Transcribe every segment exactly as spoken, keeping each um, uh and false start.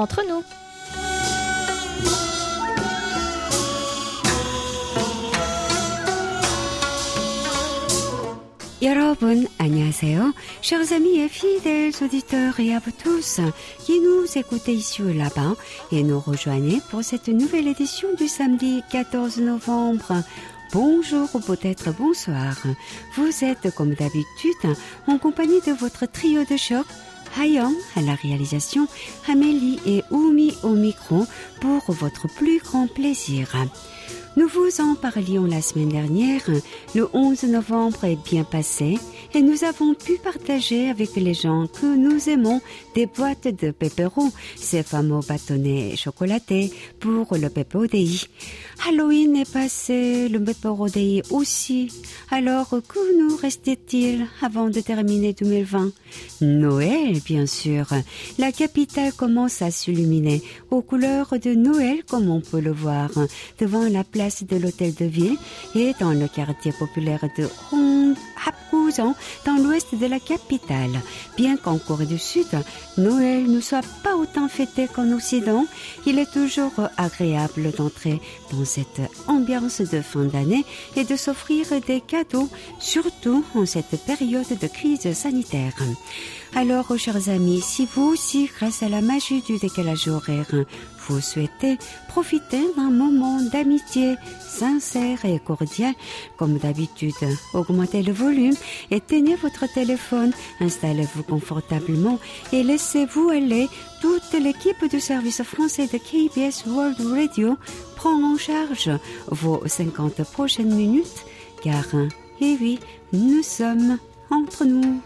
entre nous. 여러분, 안녕하세요. Chers amis et fidèles auditeurs et à vous tous qui nous écoutez ici ou là-bas et nous rejoignez pour cette nouvelle édition du samedi quatorze novembre. Bonjour ou peut-être bonsoir. Vous êtes comme d'habitude en compagnie de votre trio de choc, Hayoung à la réalisation, Amélie et Oumi au micro pour votre plus grand plaisir. Nous vous en parlions la semaine dernière, le onze novembre est bien passé et nous avons pu partager avec les gens que nous aimons des boîtes de pépéro, ces fameux bâtonnets chocolatés pour le Pepero Day. Halloween est passé, le Pepero Day aussi. Alors que nous restait-il avant de terminer deux mille vingt? Noël, bien sûr. La capitale commence à s'illuminer aux couleurs de Noël comme on peut le voir devant la place de l'hôtel de ville et dans le quartier populaire de Hongapgujeong dans l'ouest de la capitale. Bien qu'en Corée du Sud, Noël ne soit pas autant fêté qu'en Occident, il est toujours agréable d'entrer dans cette ambiance de fin d'année et de s'offrir des cadeaux, surtout en cette période de crise sanitaire. Alors, chers amis, si vous aussi, grâce à la magie du décalage horaire, vous souhaitez profiter d'un moment d'amitié sincère et cordial, comme d'habitude, augmentez le volume, éteignez votre téléphone, installez-vous confortablement et laissez-vous aller. Toute l'équipe du service français de K B S World Radio prend en charge vos cinquante prochaines minutes, car, eh oui, nous sommes entre nous.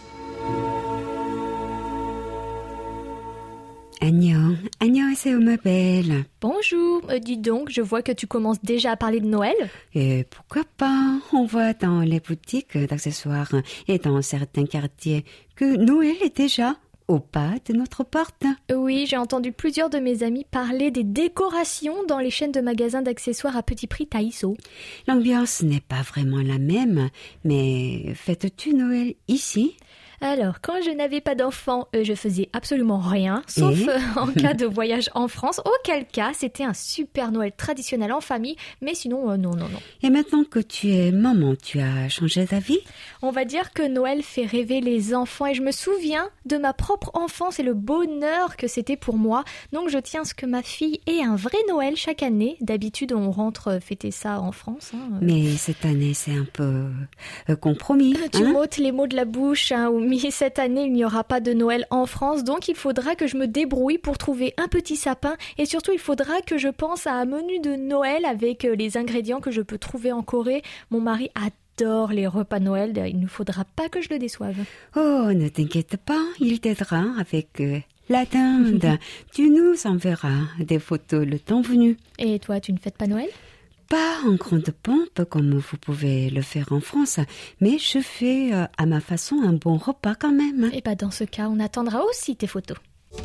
Annyeong, annyeonghaseyo ma belle. Bonjour, euh, dis donc, je vois que tu commences déjà à parler de Noël. Et pourquoi pas? On voit dans les boutiques d'accessoires et dans certains quartiers que Noël est déjà au pas de notre porte. Oui, j'ai entendu plusieurs de mes amis parler des décorations dans les chaînes de magasins d'accessoires à petit prix Daiso. L'ambiance n'est pas vraiment la même, mais fêtes-tu Noël ici? Alors, quand je n'avais pas d'enfant, euh, je faisais absolument rien, sauf euh, en cas de voyage en France, auquel cas c'était un super Noël traditionnel en famille, mais sinon, euh, non, non, non. Et maintenant que tu es maman, tu as changé d'avis? On va dire que Noël fait rêver les enfants et je me souviens de ma propre enfance et le bonheur que c'était pour moi. Donc je tiens à ce que ma fille ait un vrai Noël chaque année. D'habitude, on rentre fêter ça en France. Hein. Mais cette année, c'est un peu euh, compromis. Tu hein? m'ôtes les mots de la bouche, hein, ou mais cette année, il n'y aura pas de Noël en France, donc il faudra que je me débrouille pour trouver un petit sapin et surtout, il faudra que je pense à un menu de Noël avec les ingrédients que je peux trouver en Corée. Mon mari adore les repas Noël, il ne faudra pas que je le déçoive. Oh, ne t'inquiète pas, il t'aidera avec euh, la dinde. Tu nous enverras des photos le temps venu. Et toi, tu ne fêtes pas Noël ? Pas en grande pompe comme vous pouvez le faire en France, mais je fais euh, à ma façon un bon repas quand même. Et bah dans ce cas, on attendra aussi tes photos.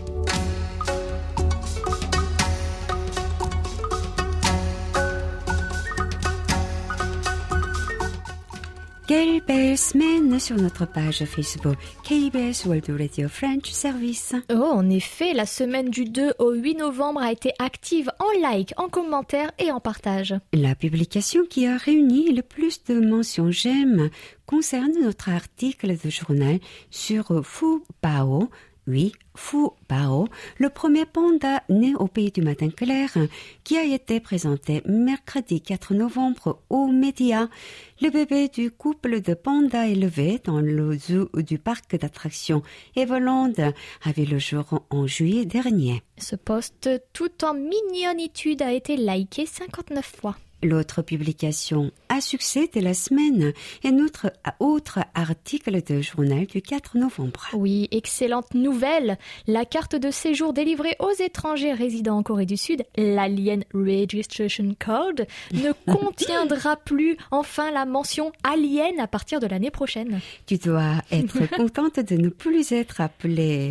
Quelle belle semaine sur notre page Facebook K B S World Radio French Service. Oh, en effet, la semaine du deux au huit novembre a été active en like, en commentaires et en partage. La publication qui a réuni le plus de mentions j'aime concerne notre article de journal sur Fu Bao. Oui, Fu Bao, le premier panda né au pays du matin clair, qui a été présenté mercredi quatre novembre aux médias. Le bébé du couple de pandas élevés dans le zoo du parc d'attractions Everland a vu le jour en juillet dernier. Ce post, tout en mignonitude, a été liké cinquante-neuf fois. L'autre publication à succès de la semaine est notre autre article de journal du quatre novembre. Oui, excellente nouvelle. La carte de séjour délivrée aux étrangers résidant en Corée du Sud, l'Alien Registration Card, ne contiendra plus enfin la mention Alien à partir de l'année prochaine. Tu dois être contente de ne plus être appelée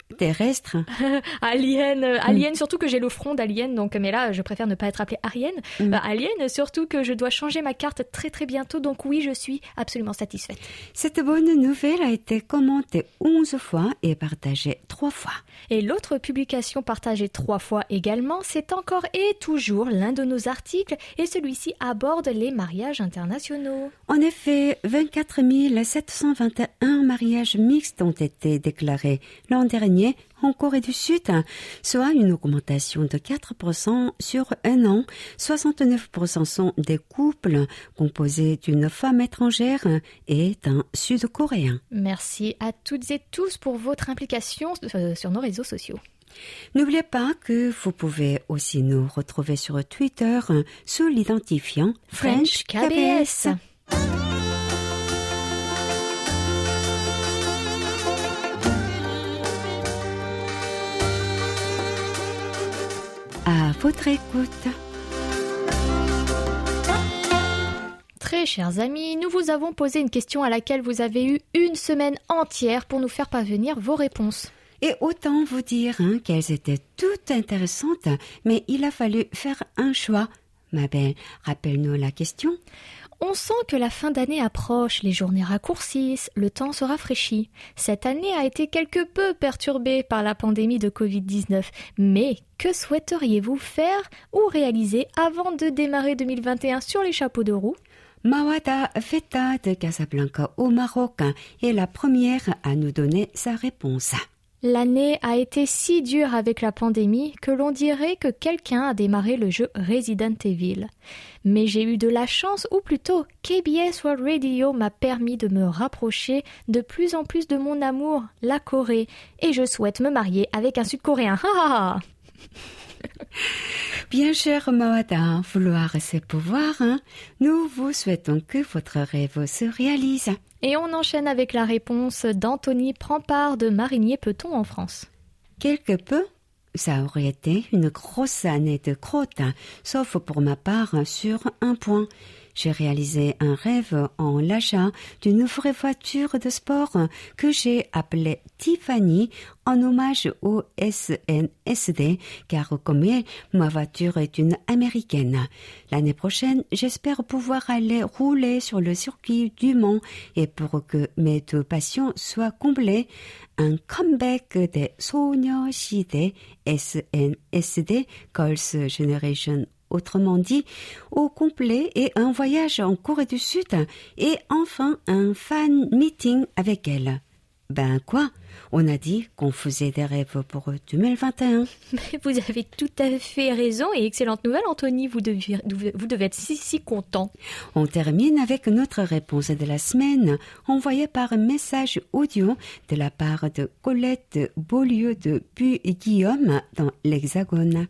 Terrestre. Alien, euh, Alien, mm. surtout que j'ai le front d'Alien, donc mais là je préfère ne pas être appelée Ariane. Mm. Bah, Alien, surtout que je dois changer ma carte très très bientôt, donc oui, je suis absolument satisfaite. Cette bonne nouvelle a été commentée onze fois et partagée trois fois. Et l'autre publication partagée trois fois également, c'est encore et toujours l'un de nos articles, et celui-ci aborde les mariages internationaux. En effet, vingt-quatre mille sept cent vingt et un mariages mixtes ont été déclarés l'an dernier en Corée du Sud, soit une augmentation de quatre pour cent sur un an. soixante-neuf pour cent sont des couples composés d'une femme étrangère et d'un Sud-Coréen. Merci à toutes et tous pour votre implication sur nos réseaux sociaux. N'oubliez pas que vous pouvez aussi nous retrouver sur Twitter sous l'identifiant French K B S. À votre écoute. Très chers amis, nous vous avons posé une question à laquelle vous avez eu une semaine entière pour nous faire parvenir vos réponses. Et autant vous dire hein, qu'elles étaient toutes intéressantes, mais il a fallu faire un choix. Ma belle, rappelle-nous la question. On sent que la fin d'année approche, les journées raccourcissent, le temps se rafraîchit. Cette année a été quelque peu perturbée par la pandémie de covid dix-neuf. Mais que souhaiteriez-vous faire ou réaliser avant de démarrer deux mille vingt et un sur les chapeaux de roue ? Mawada Feta de Casablanca au Maroc est la première à nous donner sa réponse. L'année a été si dure avec la pandémie que l'on dirait que quelqu'un a démarré le jeu Resident Evil. Mais j'ai eu de la chance, ou plutôt K B S World Radio m'a permis de me rapprocher de plus en plus de mon amour, la Corée, et je souhaite me marier avec un Sud-Coréen. Ha ha ha. Bien cher Mawada, vouloir c'est pouvoir, hein? Nous vous souhaitons que votre rêve se réalise. Et on enchaîne avec la réponse d'Anthony Prampard de Marigné-Peton en France. Quelque peu, ça aurait été une grosse année de crotte, sauf pour ma part sur un point. J'ai réalisé un rêve en l'achat d'une vraie voiture de sport que j'ai appelée Tiffany en hommage au S N S D, car comme elle, ma voiture est une américaine. L'année prochaine, j'espère pouvoir aller rouler sur le circuit du Mans et pour que mes deux passions soient comblées, un comeback des 소녀시대 S N S D, Girls' Generation autrement dit, au complet et un voyage en Corée du Sud et enfin un fan meeting avec elle. Ben quoi? On a dit qu'on faisait des rêves pour deux mille vingt et un. Mais vous avez tout à fait raison et excellente nouvelle, Anthony, vous devez, vous devez être si si content. On termine avec notre réponse de la semaine envoyée par message audio de la part de Colette Beaulieu de Puy-Guillaume dans l'Hexagone.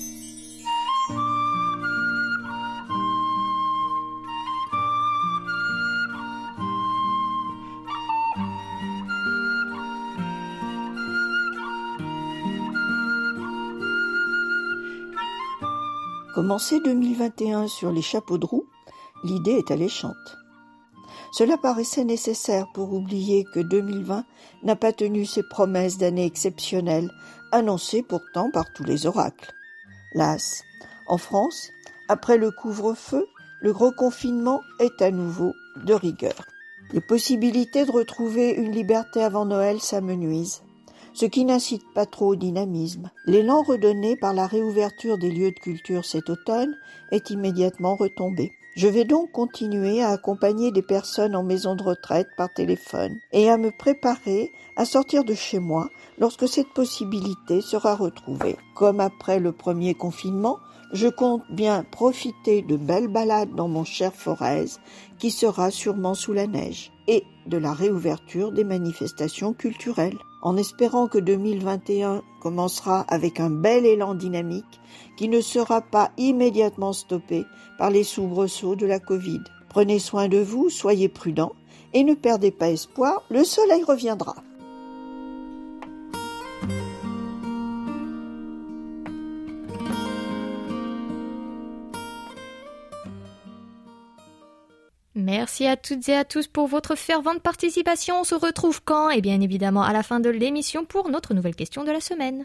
Commencer deux mille vingt et un sur les chapeaux de roue, l'idée est alléchante. Cela paraissait nécessaire pour oublier que deux mille vingt n'a pas tenu ses promesses d'année exceptionnelle, annoncées pourtant par tous les oracles. Las, en France, après le couvre-feu, le gros confinement est à nouveau de rigueur. Les possibilités de retrouver une liberté avant Noël s'amenuisent, ce qui n'incite pas trop au dynamisme. L'élan redonné par la réouverture des lieux de culture cet automne est immédiatement retombé. Je vais donc continuer à accompagner des personnes en maison de retraite par téléphone et à me préparer à sortir de chez moi lorsque cette possibilité sera retrouvée. Comme après le premier confinement, je compte bien profiter de belles balades dans mon cher Forez, qui sera sûrement sous la neige, et de la réouverture des manifestations culturelles. En espérant que deux mille vingt et un commencera avec un bel élan dynamique qui ne sera pas immédiatement stoppé par les soubresauts de la Covid. Prenez soin de vous, soyez prudents et ne perdez pas espoir, le soleil reviendra. Merci à toutes et à tous pour votre fervente participation. On se retrouve quand ? Et bien évidemment à la fin de l'émission pour notre nouvelle question de la semaine.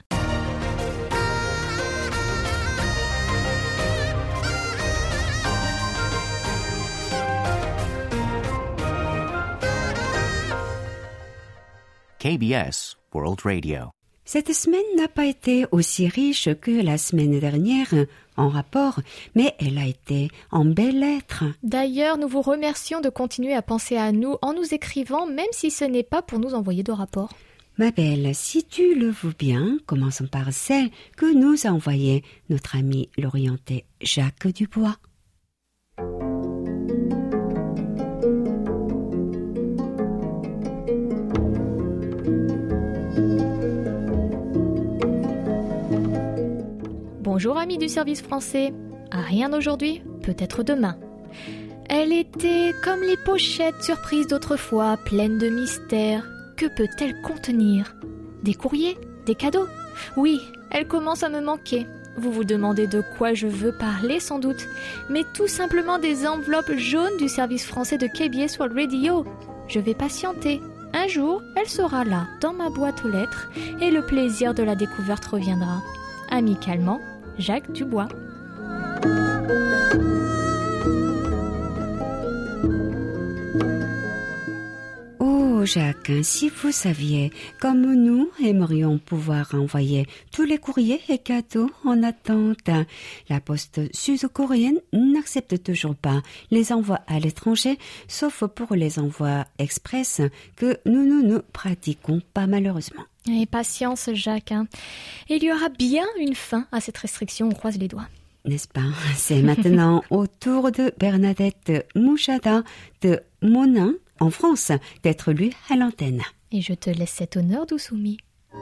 K B S World Radio. Cette semaine n'a pas été aussi riche que la semaine dernière en rapport, mais elle a été en belles lettres. D'ailleurs, nous vous remercions de continuer à penser à nous en nous écrivant, même si ce n'est pas pour nous envoyer de rapports. Ma belle, si tu le veux bien, commençons par celle que nous a envoyée notre ami l'orienté Jacques Dubois. Bonjour amis du service français. À rien aujourd'hui, peut-être demain. Elle était comme les pochettes surprises d'autrefois, pleines de mystères. Que peut-elle contenir ? Des courriers ? Des cadeaux ? Oui, elle commence à me manquer. Vous vous demandez de quoi je veux parler sans doute, mais tout simplement des enveloppes jaunes du service français de K B S World Radio. Je vais patienter. Un jour, elle sera là, dans ma boîte aux lettres, et le plaisir de la découverte reviendra. Amicalement, Jacques Dubois. Oh Jacques, si vous saviez comme nous aimerions pouvoir envoyer tous les courriers et cadeaux en attente. La poste sud-coréenne n'accepte toujours pas les envois à l'étranger, sauf pour les envois express que nous ne nous pratiquons pas malheureusement. Et patience, Jacques. Hein. Il y aura bien une fin à cette restriction, on croise les doigts. N'est-ce pas ? C'est maintenant au tour de Bernadette Mouchada de Monin, en France, d'être lue à l'antenne. Et je te laisse cet honneur, Dousoumi.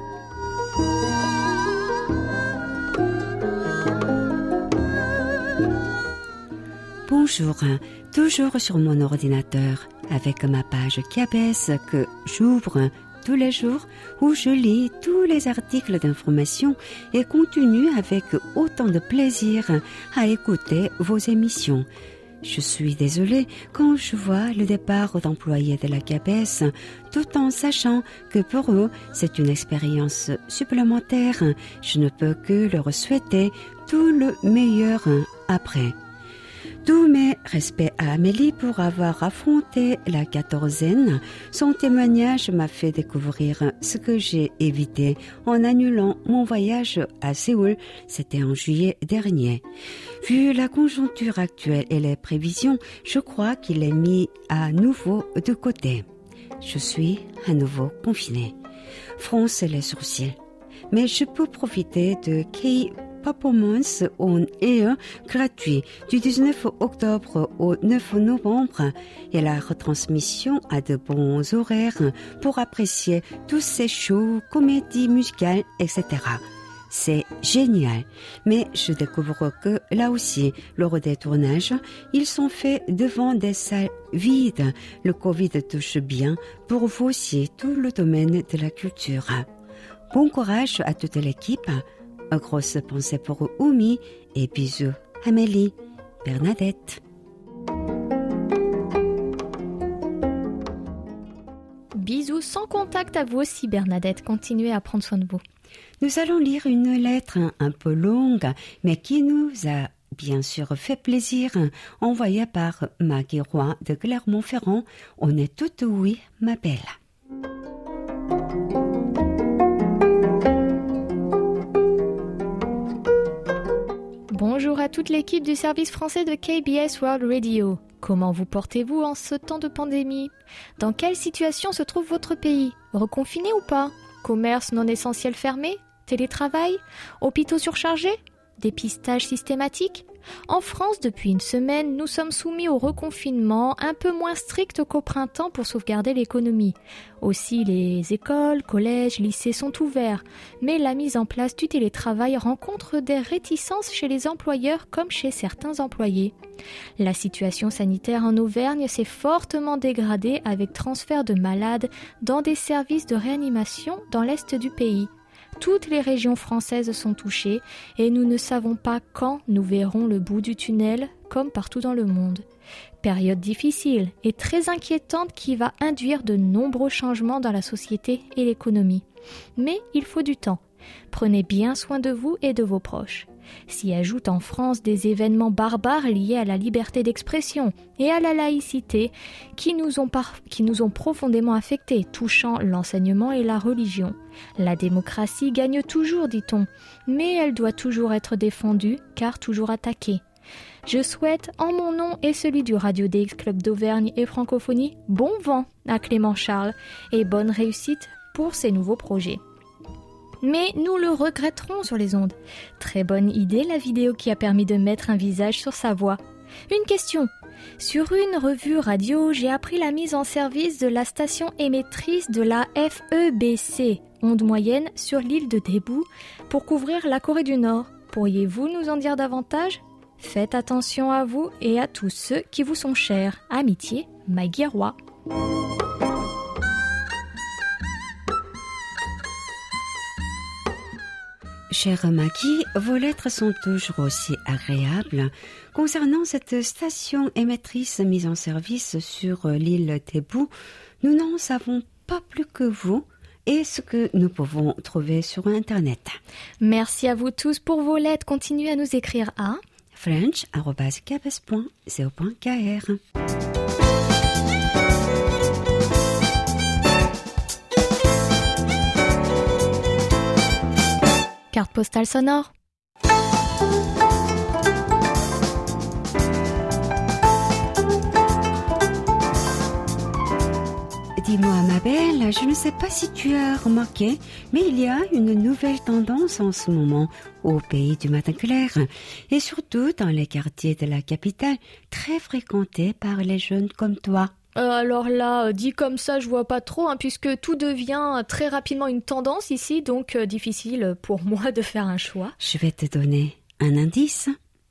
Bonjour, toujours sur mon ordinateur, avec ma page K B S que j'ouvre tous les jours, où je lis tous les articles d'information et continue avec autant de plaisir à écouter vos émissions. Je suis désolée quand je vois le départ d'employés de la K B S, tout en sachant que pour eux, c'est une expérience supplémentaire. Je ne peux que leur souhaiter tout le meilleur après. Tous mes respects à Amélie pour avoir affronté la quatorzaine. Son témoignage m'a fait découvrir ce que j'ai évité en annulant mon voyage à Séoul. C'était en juillet dernier. Vu la conjoncture actuelle et les prévisions, je crois qu'il est mis à nouveau de côté. Je suis à nouveau confinée. Fronce les sourcils. Mais je peux profiter de K Performance on Air gratuit du dix-neuf octobre au neuf novembre et la retransmission à de bons horaires pour apprécier tous ces shows, comédies musicales, et cetera. C'est génial, mais je découvre que là aussi, lors des tournages, ils sont faits devant des salles vides. Le Covid touche bien pour vous aussi tout le domaine de la culture. Bon courage à toute l'équipe. Une grosse pensée pour Oumi et bisous Amélie, Bernadette. Bisous sans contact à vous aussi Bernadette, continuez à prendre soin de vous. Nous allons lire une lettre un peu longue, mais qui nous a bien sûr fait plaisir, envoyée par Maggie Roy de Clermont-Ferrand. On est toutes oui, ma belle. Bonjour à toute l'équipe du service français de K B S World Radio. Comment vous portez-vous en ce temps de pandémie ? Dans quelle situation se trouve votre pays ? Reconfiné ou pas ? Commerce non essentiel fermé ? Télétravail ? Hôpitaux surchargés ? Dépistage systématique ? En France, depuis une semaine, nous sommes soumis au reconfinement un peu moins strict qu'au printemps pour sauvegarder l'économie. Aussi, les écoles, collèges, lycées sont ouverts, mais la mise en place du télétravail rencontre des réticences chez les employeurs comme chez certains employés. La situation sanitaire en Auvergne s'est fortement dégradée avec transfert de malades dans des services de réanimation dans l'est du pays. Toutes les régions françaises sont touchées et nous ne savons pas quand nous verrons le bout du tunnel, comme partout dans le monde. Période difficile et très inquiétante qui va induire de nombreux changements dans la société et l'économie. Mais il faut du temps. Prenez bien soin de vous et de vos proches. S'y ajoutent en France des événements barbares liés à la liberté d'expression et à la laïcité qui nous ont, par... qui nous ont profondément affectés, touchant l'enseignement et la religion. La démocratie gagne toujours, dit-on, mais elle doit toujours être défendue car toujours attaquée. Je souhaite, en mon nom et celui du Radio D X Club d'Auvergne et Francophonie, bon vent à Clément Charles et bonne réussite pour ses nouveaux projets. Mais nous le regretterons sur les ondes. Très bonne idée la vidéo qui a permis de mettre un visage sur sa voix. Une question. Sur une revue radio, j'ai appris la mise en service de la station émettrice de la F E B C, onde moyenne, sur l'île de Daegu, pour couvrir la Corée du Nord. Pourriez-vous nous en dire davantage ? Faites attention à vous et à tous ceux qui vous sont chers. Amitié, Maggie Roy. Chère Maggie, vos lettres sont toujours aussi agréables. Concernant cette station émettrice mise en service sur l'île Daegu, nous n'en savons pas plus que vous et ce que nous pouvons trouver sur Internet. Merci à vous tous pour vos lettres. Continuez à nous écrire à french arobase k b s point co point k r. Carte postale sonore. Dis-moi ma belle, je ne sais pas si tu as remarqué, mais il y a une nouvelle tendance en ce moment au pays du matin clair et surtout dans les quartiers de la capitale très fréquentés par les jeunes comme toi. Euh, alors là, euh, dit comme ça, je vois pas trop, hein, puisque tout devient euh, très rapidement une tendance ici, donc euh, difficile pour moi de faire un choix. Je vais te donner un indice.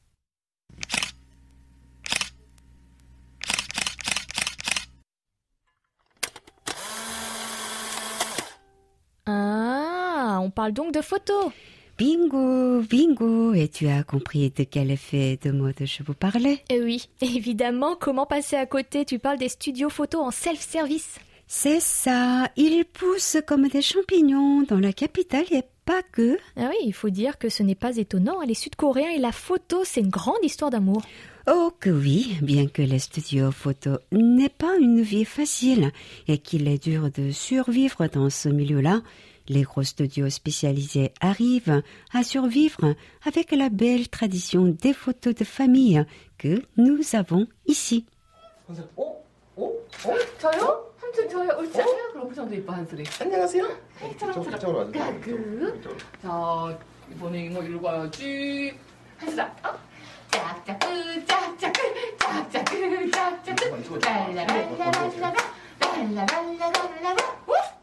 Ah, on parle donc de photos. Bingo, bingo, et tu as compris de quel effet de mode je vous parlais? Eh oui, évidemment, comment passer à côté? Tu parles des studios photos en self-service. C'est ça, ils poussent comme des champignons dans la capitale et pas que. Ah oui, il faut dire que ce n'est pas étonnant, les Sud-Coréens et la photo, c'est une grande histoire d'amour. Oh que oui, bien que les studios photo n'est pas une vie facile et qu'il est dur de survivre dans ce milieu-là, les gros studios spécialisés arrivent à survivre avec la belle tradition des photos de famille que nous avons ici. 어? 어? 어? 저요? 한순 저요? 옳지 않아요? 그럼 엄청 예뻐 한순이. 안녕하세요. 이쪽 이쪽으로 와주세요. 그. 자 이번에 이거 이리로 와야지. 한순아. 어? 짝짝cứ 짝짝cứ 짝짝cứ 짝짝cứ 랄라랄라랄라라 랄라랄라랄라라.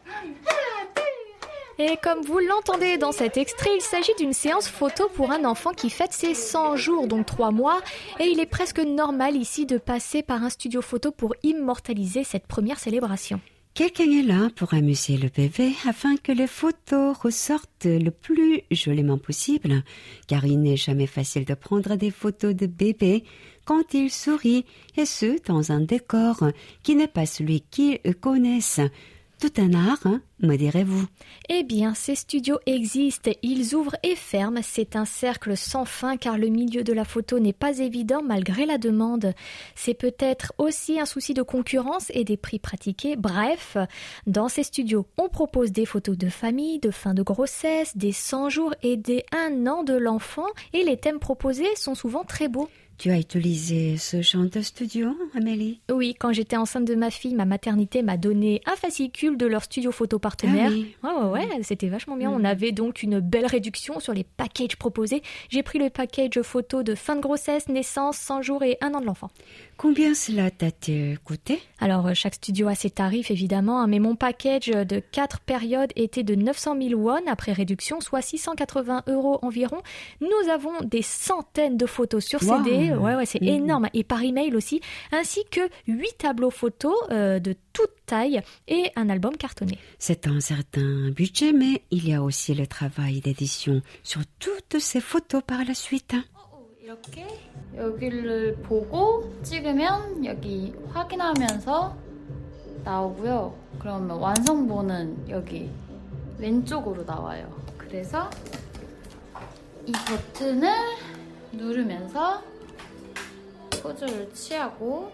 Et comme vous l'entendez dans cet extrait, il s'agit d'une séance photo pour un enfant qui fête ses cent jours, donc trois mois. Et il est presque normal ici de passer par un studio photo pour immortaliser cette première célébration. Quelqu'un est là pour amuser le bébé afin que les photos ressortent le plus joliment possible, car il n'est jamais facile de prendre des photos de bébé quand il sourit, et ce, dans un décor qui n'est pas celui qu'ils connaissent. Tout un art, hein, me direz-vous. Eh bien, ces studios existent, ils ouvrent et ferment, c'est un cercle sans fin car le milieu de la photo n'est pas évident malgré la demande. C'est peut-être aussi un souci de concurrence et des prix pratiqués. Bref, dans ces studios, on propose des photos de famille, de fin de grossesse, des cent jours et des un an de l'enfant et les thèmes proposés sont souvent très beaux. Tu as utilisé ce genre de studio, Amélie? Oui, quand j'étais enceinte de ma fille, ma maternité m'a donné un fascicule de leur studio photo partenaire. Ah oui. Ouais, ouais, ouais, c'était vachement bien. Mm. On avait donc une belle réduction sur les packages proposés. J'ai pris le package photo de fin de grossesse, naissance, cent jours et un an de l'enfant. Combien cela t'a-t-il coûté? Alors, chaque studio a ses tarifs, évidemment, mais mon package de quatre périodes était de neuf cent mille won après réduction, soit six cent quatre-vingts euros environ. Nous avons des centaines de photos sur wow. C D. Ouais, ouais, c'est mmh. énorme. Et par email aussi, ainsi que huit tableaux photos euh, de toute taille et un album cartonné. C'est un certain budget, mais il y a aussi le travail d'édition sur toutes ces photos par la suite. 이렇게 여기를 보고 찍으면 여기 확인하면서 나오고요. 그러면 완성본은 여기 왼쪽으로 나와요. 그래서 이 버튼을 누르면서 포즈를 취하고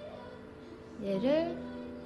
얘를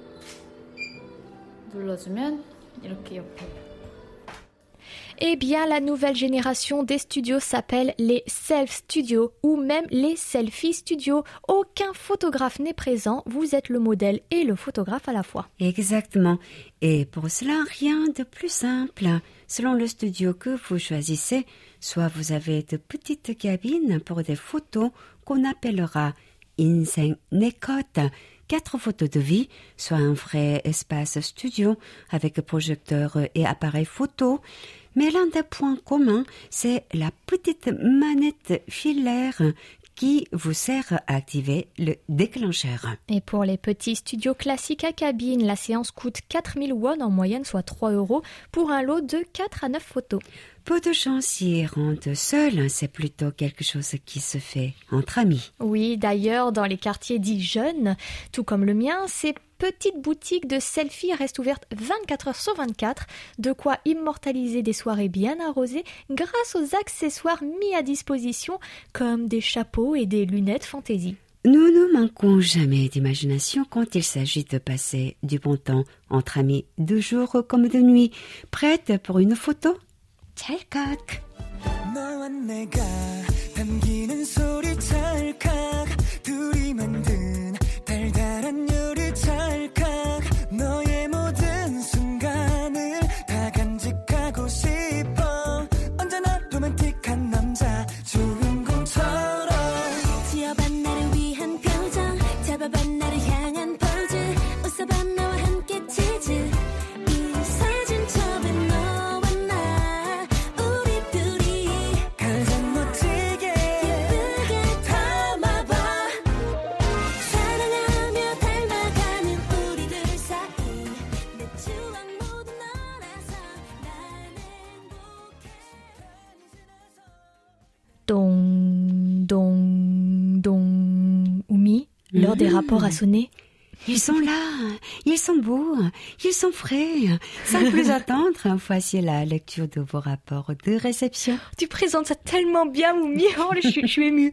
눌러주면 이렇게 옆에. Eh bien, la nouvelle génération des studios s'appelle les self-studios ou même les selfie studios. Aucun photographe n'est présent, vous êtes le modèle et le photographe à la fois. Exactement. Et pour cela, rien de plus simple. Selon le studio que vous choisissez, soit vous avez de petites cabines pour des photos qu'on appellera 인생 네컷, quatre photos de vie, soit un vrai espace studio avec projecteur et appareil photo. Mais l'un des points communs, c'est la petite manette filaire qui vous sert à activer le déclencheur. Et pour les petits studios classiques à cabine, la séance coûte quatre mille won en moyenne, soit trois euros, pour un lot de quatre à neuf photos. Peu de gens s'y rendent seuls, c'est plutôt quelque chose qui se fait entre amis. Oui, d'ailleurs, dans les quartiers dits jeunes, tout comme le mien, ces petites boutiques de selfies restent ouvertes vingt-quatre heures sur vingt-quatre, de quoi immortaliser des soirées bien arrosées grâce aux accessoires mis à disposition comme des chapeaux et des lunettes fantaisie. Nous ne manquons jamais d'imagination quand il s'agit de passer du bon temps entre amis de jour comme de nuit. Prête pour une photo? 찰칵. 너와 내가 담기는 소리 찰칵 둘이 만든 달달한 요리 찰칵 너의 모든 순간을 다 간직하고 싶어 언제나 로맨틱한 남자 주인공처럼 지어봐 나를 위한 표정 잡아봐 나를 향한 포즈 웃어봐 나와 함께 치즈 이 사진첩에 너와 나 우리 둘이 가장 멋지게 예쁘게 담아봐 사랑하며 닮아가는 우리들 사이 내 추억 모두 너라서 난 행복해 Dong, dong, dong. Oumi, l'heure Mmh. des rapports a sonné. Ils sont là, ils sont beaux, ils sont frais. Sans plus attendre, voici la lecture de vos rapports de réception. Tu présentes ça tellement bien, Oumi. Oh, je, suis- je suis émue.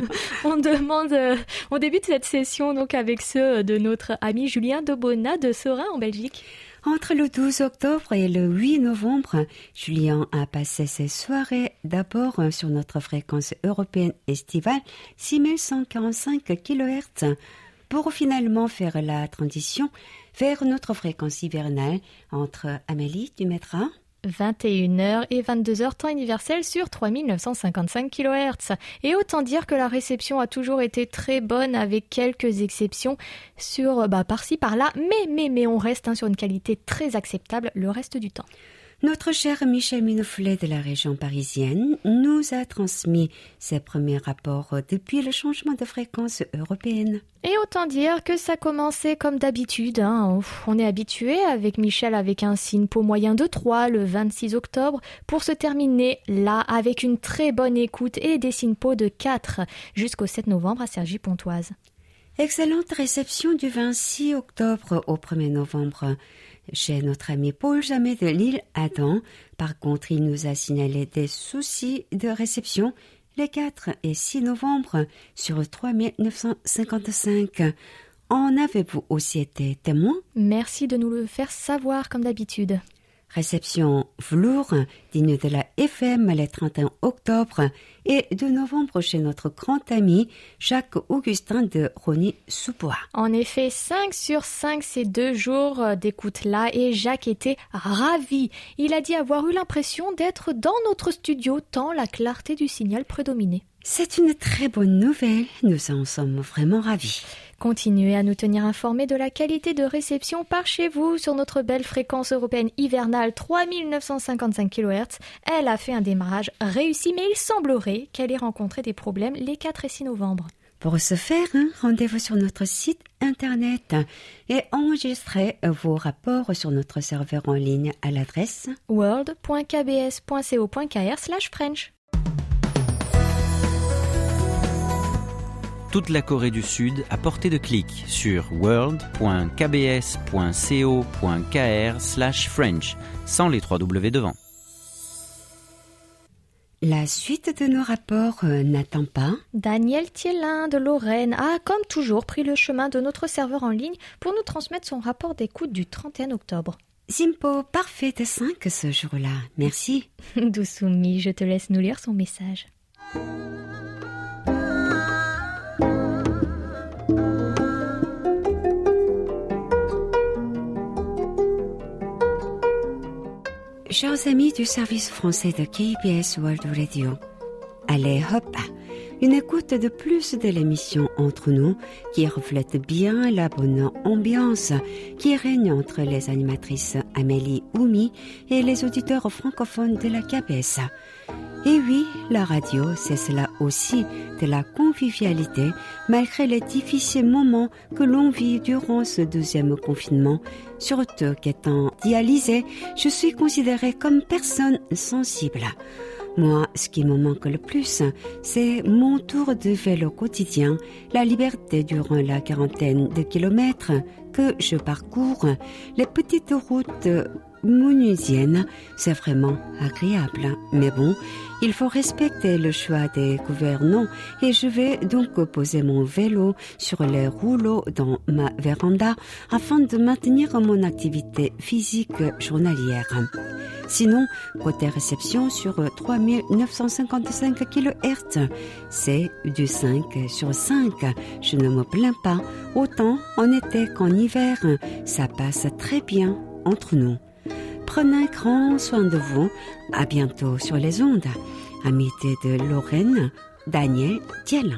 On demande, euh, on débute cette session donc avec ceux de notre ami Julien Dobona de Serein en Belgique. Entre le douze octobre et le huit novembre, Julien a passé ses soirées d'abord sur notre fréquence européenne estivale six mille cent quarante-cinq kilohertz pour finalement faire la transition vers notre fréquence hivernale entre Amélie, tu mettras vingt et une heures et vingt-deux heures temps universel sur trois mille neuf cent cinquante-cinq kilohertz. Et autant dire que la réception a toujours été très bonne avec quelques exceptions sur bah, par-ci par-là, mais, mais, mais on reste hein, sur une qualité très acceptable le reste du temps. Notre cher Michel Minoufflet de la région parisienne nous a transmis ses premiers rapports depuis le changement de fréquence européenne. Et autant dire que ça commençait comme d'habitude. Hein. On est habitué avec Michel avec un SINPO moyen de trois le vingt-six octobre pour se terminer là avec une très bonne écoute et des SINPO de quatre jusqu'au sept novembre à Cergy-Pontoise. Excellente réception du vingt-six octobre au premier novembre chez notre ami Paul Jamet de l'île Adam. Par contre, il nous a signalé des soucis de réception les quatre et six novembre sur trois mille neuf cent cinquante-cinq. En avez-vous aussi été témoin? Merci de nous le faire savoir comme d'habitude. Réception velours, digne de la F M le trente et un octobre et de novembre chez notre grand ami Jacques Augustin de Rosny-sous-Bois. En effet, cinq sur cinq ces deux jours d'écoute-là et Jacques était ravi. Il a dit avoir eu l'impression d'être dans notre studio tant la clarté du signal prédominait. C'est une très bonne nouvelle, nous en sommes vraiment ravis. Continuez à nous tenir informés de la qualité de réception par chez vous sur notre belle fréquence européenne hivernale trois mille neuf cent cinquante-cinq kilohertz. Elle a fait un démarrage réussi, mais il semblerait qu'elle ait rencontré des problèmes les quatre et six novembre. Pour ce faire, hein, rendez-vous sur notre site internet et enregistrez vos rapports sur notre serveur en ligne à l'adresse world point k b s point co point k r slash french. toute la Corée du Sud à portée de clic sur world point k b s point co point k r slash French, sans les trois W devant. La suite de nos rapports euh, n'attend pas. Daniel Thielin de Lorraine a, comme toujours, pris le chemin de notre serveur en ligne pour nous transmettre son rapport d'écoute du trente et un octobre. Simpo, parfait de cinq ce jour-là. Merci. Dousoumi, je te laisse nous lire son message. Chers amis du service français de K B S World Radio, allez hop, une écoute de plus de l'émission Entre nous qui reflète bien la bonne ambiance qui règne entre les animatrices Amélie Oumi et les auditeurs francophones de la K B S. Et oui, la radio, c'est cela aussi, de la convivialité, malgré les difficiles moments que l'on vit durant ce deuxième confinement. Surtout qu'étant dialysée, je suis considérée comme personne sensible. Moi, ce qui me manque le plus, c'est mon tour de vélo quotidien, la liberté durant la quarantaine de kilomètres que je parcours, les petites routes monusiennes, c'est vraiment agréable. Mais bon, il faut respecter le choix des gouvernants et je vais donc poser mon vélo sur les rouleaux dans ma véranda afin de maintenir mon activité physique journalière. Sinon, côté réception sur trois mille neuf cent cinquante-cinq kilohertz, c'est du cinq sur cinq. Je ne me plains pas. Autant en été qu'en hiver, ça passe très bien entre nous. Prenez grand soin de vous. À bientôt sur les ondes. Amitié de Lorraine, Daniel Thielin.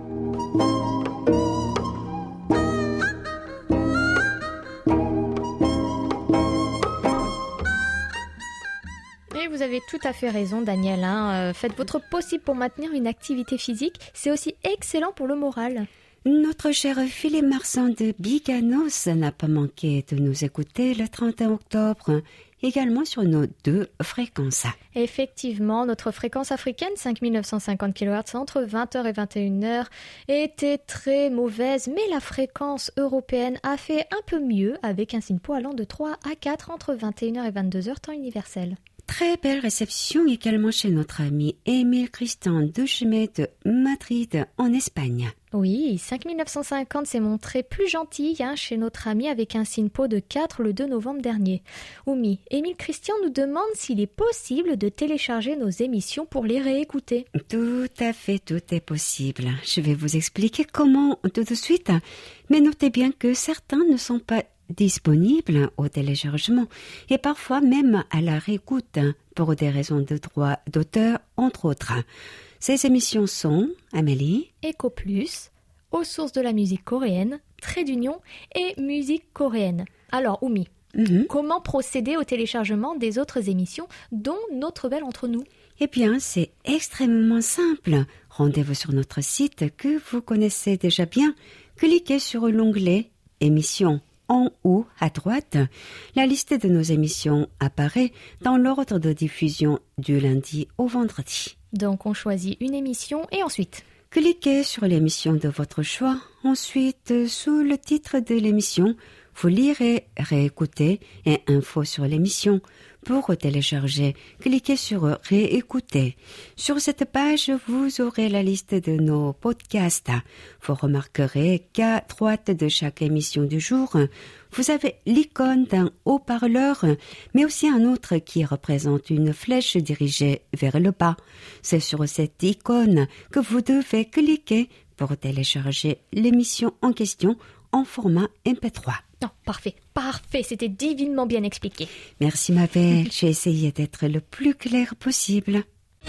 Et vous avez tout à fait raison, Daniel. Hein. Euh, faites votre possible pour maintenir une activité physique. C'est aussi excellent pour le moral. Notre cher Philippe Marsan de Biganos n'a pas manqué de nous écouter le trente et un octobre, également sur nos deux fréquences. Effectivement, notre fréquence africaine, cinq mille neuf cent cinquante kilohertz entre vingt heures et vingt et une heures, était très mauvaise, mais la fréquence européenne a fait un peu mieux avec un SINPO allant de trois à quatre entre vingt et une heures et vingt-deux heures, temps universel. Très belle réception également chez notre ami Émile Christian Duchemet de Madrid en Espagne. Oui, cinq mille neuf cent cinquante s'est montré plus gentil hein, chez notre ami avec un SINPO de quatre le deux novembre dernier. Oumi, Émile Christian nous demande s'il est possible de télécharger nos émissions pour les réécouter. Tout à fait, tout est possible. Je vais vous expliquer comment tout de suite. Mais notez bien que certains ne sont pas disponible au téléchargement et parfois même à la réécoute pour des raisons de droit d'auteur, entre autres. Ces émissions sont, Amélie, Eco Plus, aux sources de la musique coréenne, Trait d'Union et musique coréenne. Alors, Oumi, mm-hmm. comment procéder au téléchargement des autres émissions, dont Notre Belle Entre Nous ? Eh bien, c'est extrêmement simple. Rendez-vous sur notre site que vous connaissez déjà bien. Cliquez sur l'onglet « Émissions ». En haut, à droite, la liste de nos émissions apparaît dans l'ordre de diffusion du lundi au vendredi. Donc on choisit une émission et ensuite cliquez sur l'émission de votre choix. Ensuite, sous le titre de l'émission, vous lirez « Réécouter » et « Info sur l'émission ». Pour télécharger, cliquez sur « Réécouter ». Sur cette page, vous aurez la liste de nos podcasts. Vous remarquerez qu'à droite de chaque émission du jour, vous avez l'icône d'un haut-parleur, mais aussi un autre qui représente une flèche dirigée vers le bas. C'est sur cette icône que vous devez cliquer pour télécharger l'émission en question en format M P trois. Non, parfait, parfait, c'était divinement bien expliqué. Merci ma belle, j'ai essayé d'être le plus clair possible.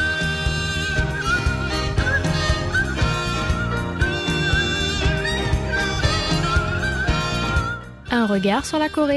Un regard sur la Corée.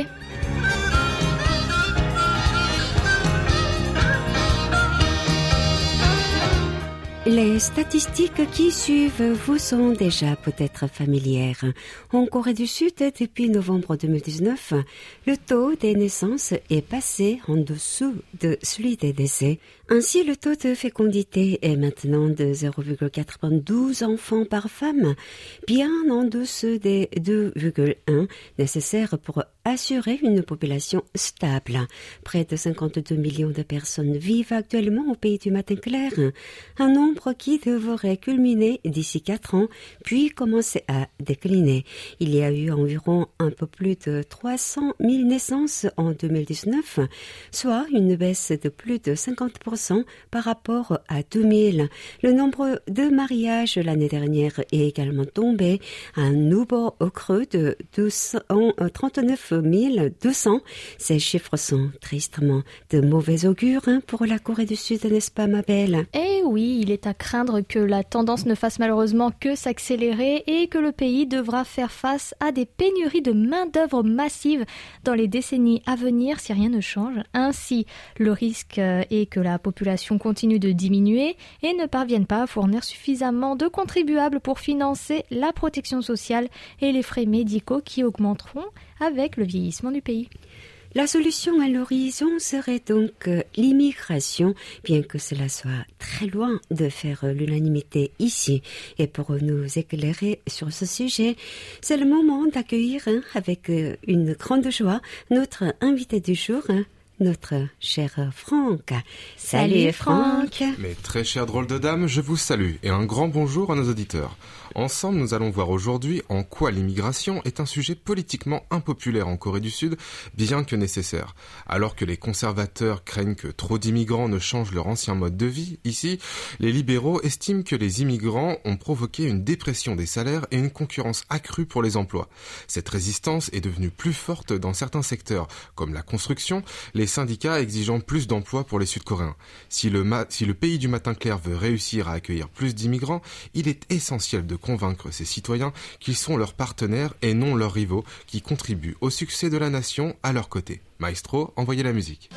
Les statistiques qui suivent vous sont déjà peut-être familières. En Corée du Sud, depuis novembre deux mille dix-neuf, le taux des naissances est passé en dessous de celui des décès. Ainsi, le taux de fécondité est maintenant de zéro virgule quatre-vingt-douze enfants par femme, bien en dessous des deux virgule un nécessaires pour assurer une population stable. Près de cinquante-deux millions de personnes vivent actuellement au pays du matin clair, un nombre qui devrait culminer d'ici quatre ans, puis commencer à décliner. Il y a eu environ un peu plus de trois cent mille naissances en deux mille dix-neuf, soit une baisse de plus de cinquante pour cent par rapport à deux mille. Le nombre de mariages l'année dernière est également tombé à un nouveau creux de deux cent trente-neuf mille deux cents. Ces chiffres sont tristement de mauvais augure hein, pour la Corée du Sud, n'est-ce pas, ma belle? Eh oui, il est à craindre que la tendance ne fasse malheureusement que s'accélérer et que le pays devra faire face à des pénuries de main-d'œuvre massives dans les décennies à venir si rien ne change. Ainsi, le risque est que la population continue de diminuer et ne parvienne pas à fournir suffisamment de contribuables pour financer la protection sociale et les frais médicaux qui augmenteront avec le vieillissement du pays. La solution à l'horizon serait donc l'immigration, bien que cela soit très loin de faire l'unanimité ici. Et pour nous éclairer sur ce sujet, c'est le moment d'accueillir hein, avec une grande joie notre invité du jour, hein, notre cher Franck. Salut Franck. Mes très chers drôles de dames, je vous salue et un grand bonjour à nos auditeurs. Ensemble, nous allons voir aujourd'hui en quoi l'immigration est un sujet politiquement impopulaire en Corée du Sud, bien que nécessaire. Alors que les conservateurs craignent que trop d'immigrants ne changent leur ancien mode de vie, ici, les libéraux estiment que les immigrants ont provoqué une dépression des salaires et une concurrence accrue pour les emplois. Cette résistance est devenue plus forte dans certains secteurs, comme la construction, les syndicats exigeant plus d'emplois pour les Sud-Coréens. Si le, ma- si le pays du matin clair veut réussir à accueillir plus d'immigrants, il est essentiel de convaincre ses citoyens qu'ils sont leurs partenaires et non leurs rivaux qui contribuent au succès de la nation à leur côté. Maestro, envoyez la musique.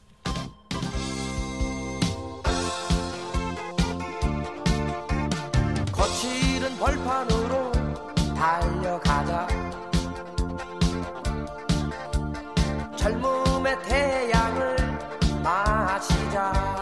거칠은 벌판으로 달려가자 젊음의 태양을 마시자.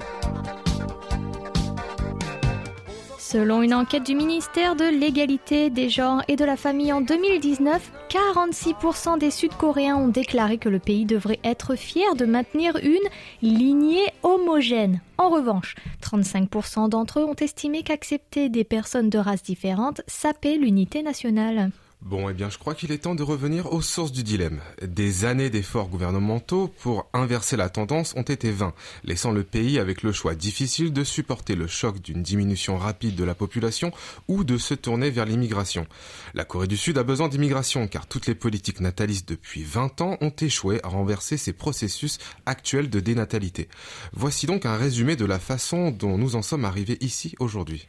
Selon une enquête du ministère de l'Égalité, des genres et de la famille en deux mille dix-neuf, quarante-six pour cent des Sud-Coréens ont déclaré que le pays devrait être fier de maintenir une lignée homogène. En revanche, trente-cinq pour cent d'entre eux ont estimé qu'accepter des personnes de races différentes sapait l'unité nationale. Bon, eh bien, je crois qu'il est temps de revenir aux sources du dilemme. Des années d'efforts gouvernementaux pour inverser la tendance ont été vains, laissant le pays avec le choix difficile de supporter le choc d'une diminution rapide de la population ou de se tourner vers l'immigration. La Corée du Sud a besoin d'immigration car toutes les politiques natalistes depuis vingt ans ont échoué à renverser ces processus actuels de dénatalité. Voici donc un résumé de la façon dont nous en sommes arrivés ici aujourd'hui.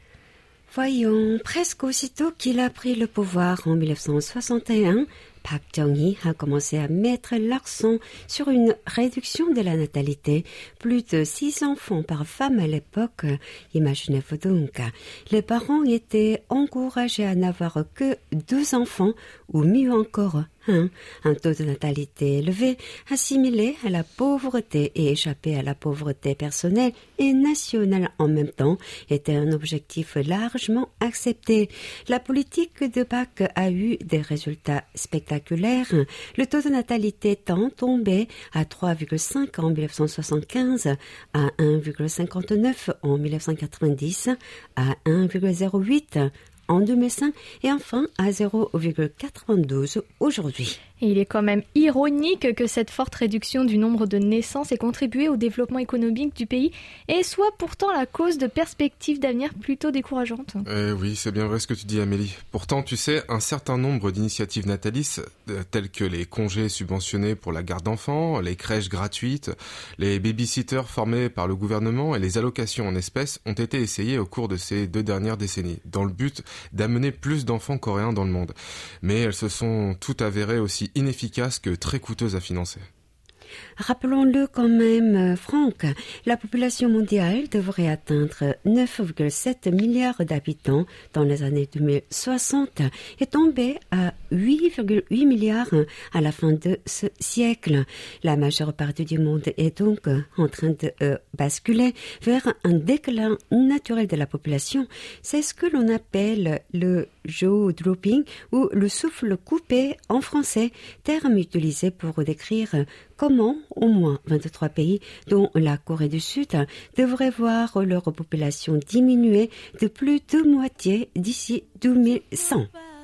Voyons, presque aussitôt qu'il a pris le pouvoir en mille neuf cent soixante et un, Park Chung-hee a commencé à mettre l'accent sur une réduction de la natalité. Plus de six enfants par femme à l'époque. Imaginez-vous donc. Les parents étaient encouragés à n'avoir que deux enfants, ou mieux encore, un. Un taux de natalité élevé, assimilé à la pauvreté et échapper à la pauvreté personnelle et nationale en même temps, était un objectif largement accepté. La politique de Park a eu des résultats spectaculaires. Le taux de natalité étant tombé à trois virgule cinq en mille neuf cent soixante-quinze, à un virgule cinquante-neuf en mille neuf cent quatre-vingt-dix, à un virgule zéro huit en deux mille cinq et enfin à zéro virgule quatre-vingt-douze aujourd'hui. Et il est quand même ironique que cette forte réduction du nombre de naissances ait contribué au développement économique du pays et soit pourtant la cause de perspectives d'avenir plutôt décourageantes. Eh oui, c'est bien vrai ce que tu dis, Amélie. Pourtant, tu sais, un certain nombre d'initiatives natalistes, euh, telles que les congés subventionnés pour la garde d'enfants, les crèches gratuites, les babysitters formés par le gouvernement et les allocations en espèces, ont été essayées au cours de ces deux dernières décennies, dans le but d'amener plus d'enfants coréens dans le monde. Mais elles se sont toutes avérées aussi inefficaces que très coûteuses à financer. Rappelons-le quand même, Franck, la population mondiale devrait atteindre neuf virgule sept milliards d'habitants dans les années deux mille soixante et tomber à huit virgule huit milliards à la fin de ce siècle. La majeure partie du monde est donc en train de euh, basculer vers un déclin naturel de la population. C'est ce que l'on appelle le jaw dropping ou le souffle coupé en français, terme utilisé pour décrire comment au moins vingt-trois pays, dont la Corée du Sud, devraient voir leur population diminuer de plus de moitié d'ici deux mille cent.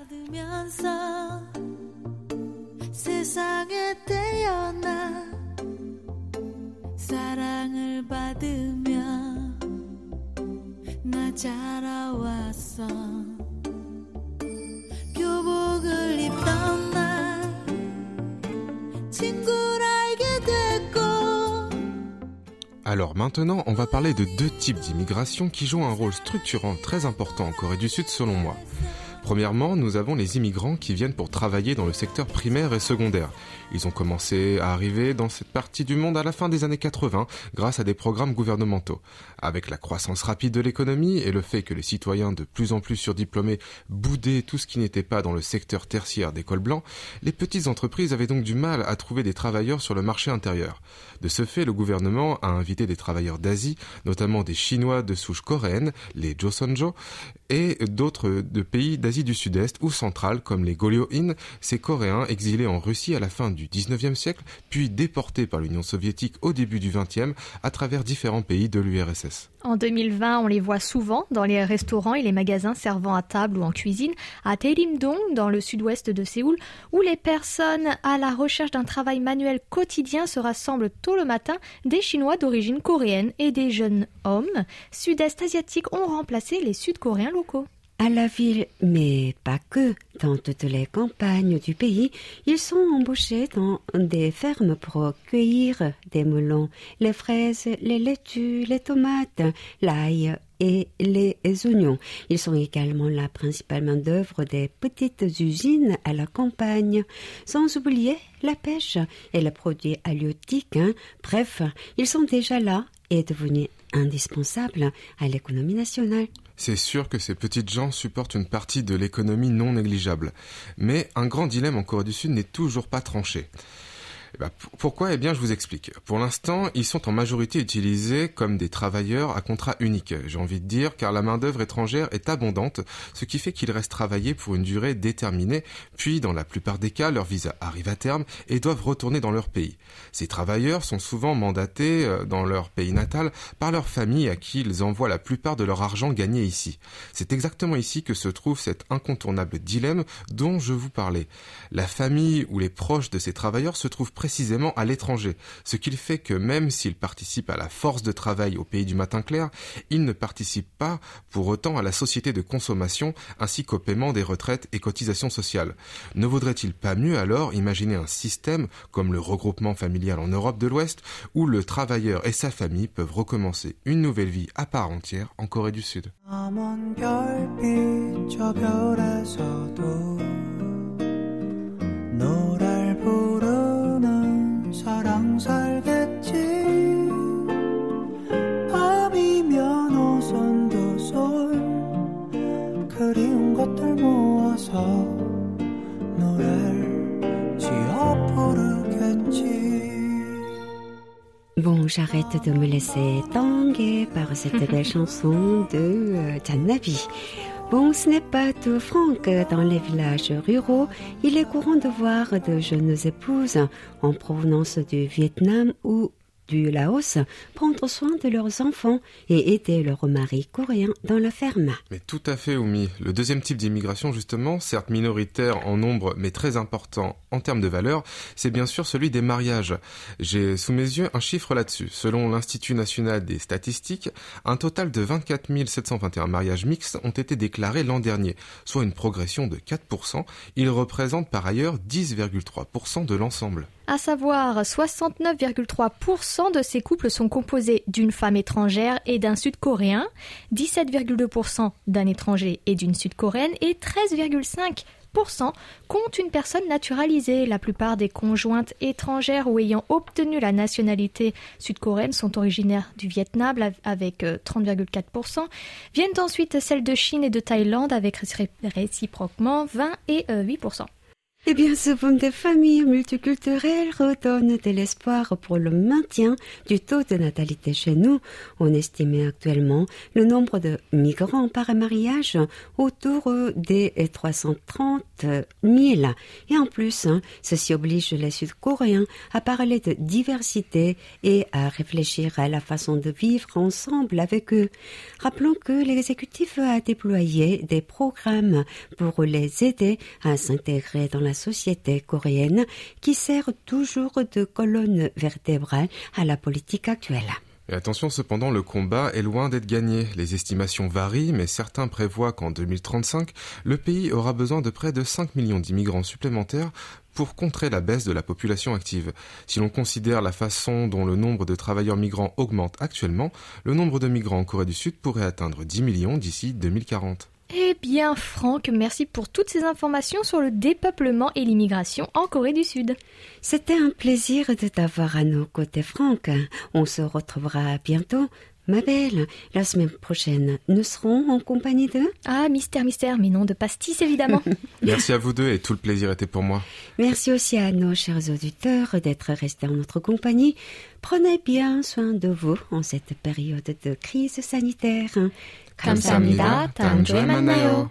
Alors maintenant, on va parler de deux types d'immigration qui jouent un rôle structurant très important en Corée du Sud selon moi. Premièrement, nous avons les immigrants qui viennent pour travailler dans le secteur primaire et secondaire. Ils ont commencé à arriver dans cette partie du monde à la fin des années quatre-vingts grâce à des programmes gouvernementaux. Avec la croissance rapide de l'économie et le fait que les citoyens de plus en plus surdiplômés boudaient tout ce qui n'était pas dans le secteur tertiaire des cols blancs, les petites entreprises avaient donc du mal à trouver des travailleurs sur le marché intérieur. De ce fait, le gouvernement a invité des travailleurs d'Asie, notamment des Chinois de souche coréenne, les Joseonjo, et d'autres de pays d'Asie du Sud-Est ou centrale comme les Goryeo-in, ces Coréens exilés en Russie à la fin du dix-neuvième siècle, puis déportés par l'Union soviétique au début du vingtième à travers différents pays de l'U R S S. En deux mille vingt, on les voit souvent dans les restaurants et les magasins servant à table ou en cuisine, à Daerim-dong, dans le sud-ouest de Séoul, où les personnes à la recherche d'un travail manuel quotidien se rassemblent tôt le matin. Des Chinois d'origine coréenne et des jeunes hommes sud-est asiatiques ont remplacé les Sud-Coréens locaux. À la ville, mais pas que, dans toutes les campagnes du pays, ils sont embauchés dans des fermes pour cueillir des melons, les fraises, les laitues, les tomates, l'ail et les oignons. Ils sont également la principale main-d'œuvre des petites usines à la campagne, sans oublier la pêche et les produits halieutiques. Hein. Bref, ils sont déjà là et devenus indispensables à l'économie nationale. C'est sûr que ces petites gens supportent une partie de l'économie non négligeable. Mais un grand dilemme en Corée du Sud n'est toujours pas tranché. Eh ben, pourquoi ? Eh bien, je vous explique. Pour l'instant, ils sont en majorité utilisés comme des travailleurs à contrat unique, j'ai envie de dire, car la main-d'œuvre étrangère est abondante, ce qui fait qu'ils restent travailler pour une durée déterminée, puis, dans la plupart des cas, leur visa arrive à terme et doivent retourner dans leur pays. Ces travailleurs sont souvent mandatés dans leur pays natal par leur famille à qui ils envoient la plupart de leur argent gagné ici. C'est exactement ici que se trouve cet incontournable dilemme dont je vous parlais. La famille ou les proches de ces travailleurs se trouvent précisément à l'étranger, ce qui fait que même s'ils participent à la force de travail au pays du matin clair, ils ne participent pas pour autant à la société de consommation ainsi qu'au paiement des retraites et cotisations sociales. Ne vaudrait-il pas mieux alors imaginer un système comme le regroupement familial en Europe de l'Ouest où le travailleur et sa famille peuvent recommencer une nouvelle vie à part entière en Corée du Sud? 사랑 살겠지 밤이면 오손도손 그리운 것들 모아서 노래를 지어 부르겠지. Bon, j'arrête de me laisser tanguer par cette belle chanson de euh, Jannabi. Bon, ce n'est pas tout, Franck. Dans les villages ruraux, il est courant de voir de jeunes épouses en provenance du Vietnam ou du Laos prendre soin de leurs enfants et aider leurs maris coréens dans la ferme. Mais tout à fait, Oumi. Le deuxième type d'immigration, justement, certes minoritaire en nombre, mais très important en termes de valeur, c'est bien sûr celui des mariages. J'ai sous mes yeux un chiffre là-dessus. Selon l'Institut national des statistiques, un total de vingt-quatre mille sept cent vingt et un mariages mixtes ont été déclarés l'an dernier, soit une progression de quatre pour cent. Ils représentent par ailleurs dix virgule trois pour cent de l'ensemble. À savoir, soixante-neuf virgule trois pour cent de ces couples sont composés d'une femme étrangère et d'un Sud-Coréen, dix-sept virgule deux pour cent d'un étranger et d'une Sud-Coréenne et treize virgule cinq pour cent comptent une personne naturalisée. La plupart des conjointes étrangères ou ayant obtenu la nationalité sud-coréenne sont originaires du Vietnam avec trente virgule quatre pour cent. Viennent ensuite celles de Chine et de Thaïlande avec réciproquement vingt et huit pour cent. Eh bien, ce boom de familles multiculturelles redonne de l'espoir pour le maintien du taux de natalité chez nous. On estimait actuellement le nombre de migrants par mariage autour des trois cent trente mille. Et en plus, hein, ceci oblige les Sud-Coréens à parler de diversité et à réfléchir à la façon de vivre ensemble avec eux. Rappelons que l'exécutif a déployé des programmes pour les aider à s'intégrer dans la société coréenne qui sert toujours de colonne vertébrale à la politique actuelle. Et attention cependant, le combat est loin d'être gagné. Les estimations varient, mais certains prévoient qu'en deux mille trente-cinq, le pays aura besoin de près de cinq millions d'immigrants supplémentaires pour contrer la baisse de la population active. Si l'on considère la façon dont le nombre de travailleurs migrants augmente actuellement, le nombre de migrants en Corée du Sud pourrait atteindre dix millions d'ici deux mille quarante. Eh bien, Franck, merci pour toutes ces informations sur le dépeuplement et l'immigration en Corée du Sud. C'était un plaisir de t'avoir à nos côtés, Franck. On se retrouvera bientôt. Ma belle, la semaine prochaine, nous serons en compagnie de... Ah, mystère, mystère, mais non de pastis, évidemment. Merci à vous deux et tout le plaisir était pour moi. Merci aussi à nos chers auditeurs d'être restés en notre compagnie. Prenez bien soin de vous en cette période de crise sanitaire. 감사합니다. 다음 주에 만나요.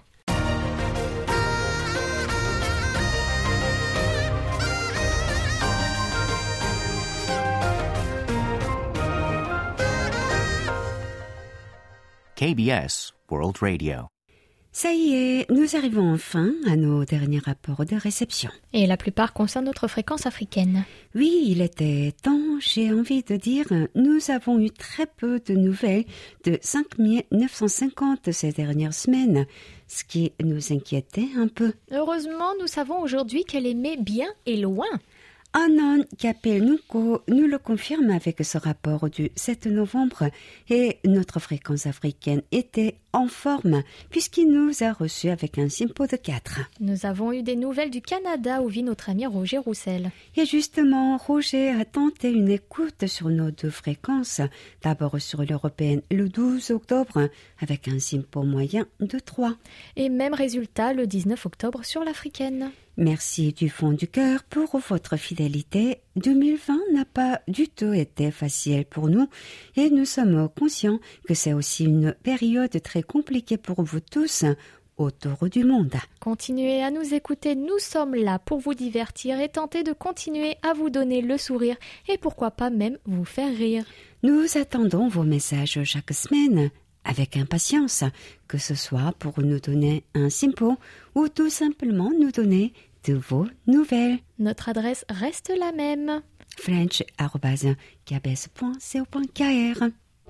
K B S World Radio. Ça y est, nous arrivons enfin à nos derniers rapports de réception. Et la plupart concernent notre fréquence africaine. Oui, il était temps, j'ai envie de dire, nous avons eu très peu de nouvelles de cinq mille neuf cent cinquante ces dernières semaines, ce qui nous inquiétait un peu. Heureusement, nous savons aujourd'hui qu'elle émet bien et loin. Anon Kapelnuko nous le confirme avec ce rapport du sept novembre et notre fréquence africaine était en forme puisqu'il nous a reçus avec un simpo de quatre. Nous avons eu des nouvelles du Canada où vit notre ami Roger Roussel. Et justement, Roger a tenté une écoute sur nos deux fréquences, d'abord sur l'européenne le douze octobre avec un simpo moyen de trois. Et même résultat le dix-neuf octobre sur l'africaine. Merci du fond du cœur pour votre fidélité. deux mille vingt n'a pas du tout été facile pour nous et nous sommes conscients que c'est aussi une période très compliquée pour vous tous autour du monde. Continuez à nous écouter, nous sommes là pour vous divertir et tenter de continuer à vous donner le sourire et pourquoi pas même vous faire rire. Nous attendons vos messages chaque semaine. Avec impatience, que ce soit pour nous donner un simpo ou tout simplement nous donner de vos nouvelles. Notre adresse reste la même. french arobase k b s point co point k r.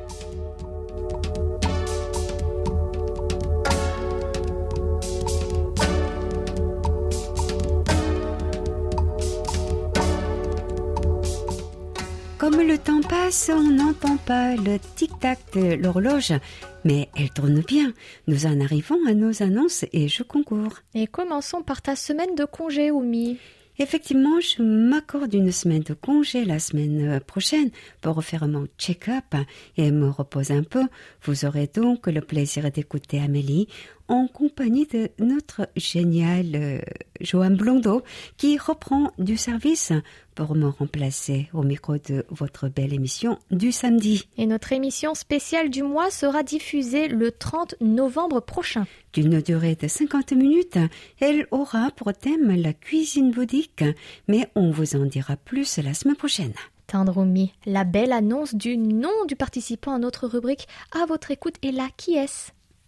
Comme le temps passe, on n'entend pas le tic-tac de l'horloge, mais elle tourne bien. Nous en arrivons à nos annonces et je concours. Et commençons par ta semaine de congé, Oumi. Effectivement, je m'accorde une semaine de congé la semaine prochaine pour faire mon check-up et me reposer un peu. Vous aurez donc le plaisir d'écouter Amélie en compagnie de notre génial euh, Johan Blondeau qui reprend du service pour me remplacer au micro de votre belle émission du samedi. Et notre émission spéciale du mois sera diffusée le trente novembre prochain. D'une durée de cinquante minutes, elle aura pour thème la cuisine bouddhique, mais on vous en dira plus la semaine prochaine. Tindroumi, la belle annonce du nom du participant à notre rubrique à votre écoute est là. Qui est-ce ?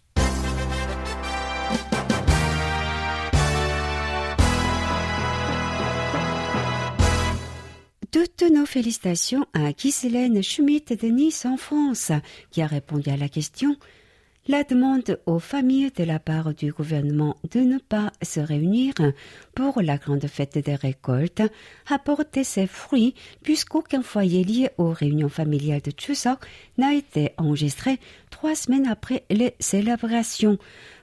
Toutes nos félicitations à Ghislaine Schmidt de Nice en France, qui a répondu à la question. La demande aux familles de la part du gouvernement de ne pas se réunir pour la grande fête des récoltes a porté ses fruits puisqu'aucun foyer lié aux réunions familiales de Chuseok n'a été enregistré trois semaines après les célébrations.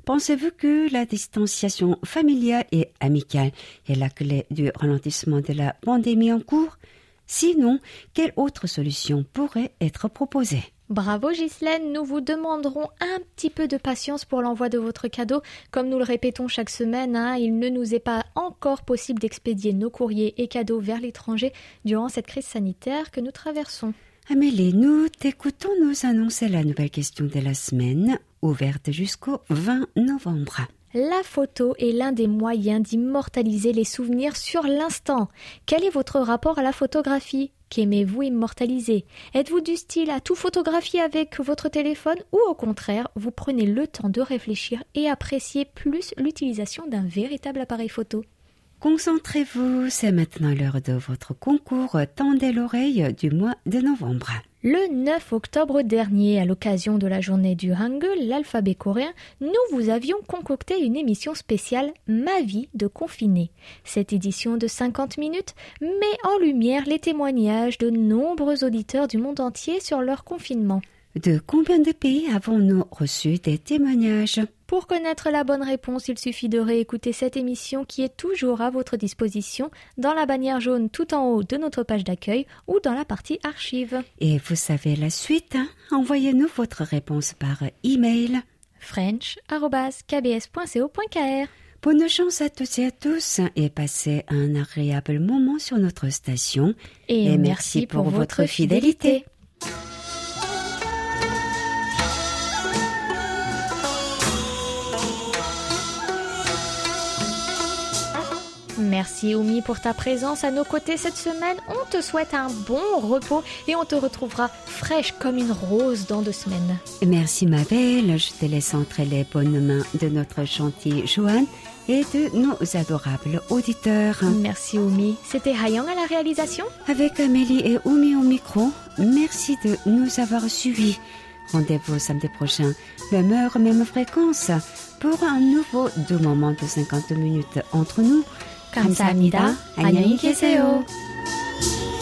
Pensez-vous que la distanciation familiale et amicale est la clé du ralentissement de la pandémie en cours? Sinon, quelle autre solution pourrait être proposée? Bravo Ghislaine, nous vous demanderons un petit peu de patience pour l'envoi de votre cadeau. Comme nous le répétons chaque semaine, hein, il ne nous est pas encore possible d'expédier nos courriers et cadeaux vers l'étranger durant cette crise sanitaire que nous traversons. Amélie, nous t'écoutons nous annoncer la nouvelle question de la semaine, ouverte jusqu'au vingt novembre. La photo est l'un des moyens d'immortaliser les souvenirs sur l'instant. Quel est votre rapport à la photographie? Qu'aimez-vous immortaliser? Êtes-vous du style à tout photographier avec votre téléphone ou au contraire, vous prenez le temps de réfléchir et apprécier plus l'utilisation d'un véritable appareil photo? Concentrez-vous, c'est maintenant l'heure de votre concours Tendez l'oreille du mois de novembre. Le neuf octobre dernier, à l'occasion de la journée du Hangul, l'alphabet coréen, nous vous avions concocté une émission spéciale « Ma vie de confiné ». Cette édition de cinquante minutes met en lumière les témoignages de nombreux auditeurs du monde entier sur leur confinement. De combien de pays avons-nous reçu des témoignages? Pour connaître la bonne réponse, il suffit de réécouter cette émission qui est toujours à votre disposition dans la bannière jaune tout en haut de notre page d'accueil ou dans la partie archives. Et vous savez la suite, hein? Envoyez-nous votre réponse par email french arobase k b s point co point k r. Bonne chance à toutes et à tous et passez un agréable moment sur notre station. Et, et merci, merci pour, pour votre fidélité. fidélité. Merci Oumi pour ta présence à nos côtés cette semaine. On te souhaite un bon repos et on te retrouvera fraîche comme une rose dans deux semaines. Merci ma belle, je te laisse entre les bonnes mains de notre gentille Joanne et de nos adorables auditeurs. Merci Oumi. C'était Hayang à la réalisation. Avec Amélie et Oumi au micro, merci de nous avoir suivis. Rendez-vous samedi prochain, même heure, même fréquence, pour un nouveau doux moment de cinquante minutes entre nous. 감사합니다. 안녕히 계세요.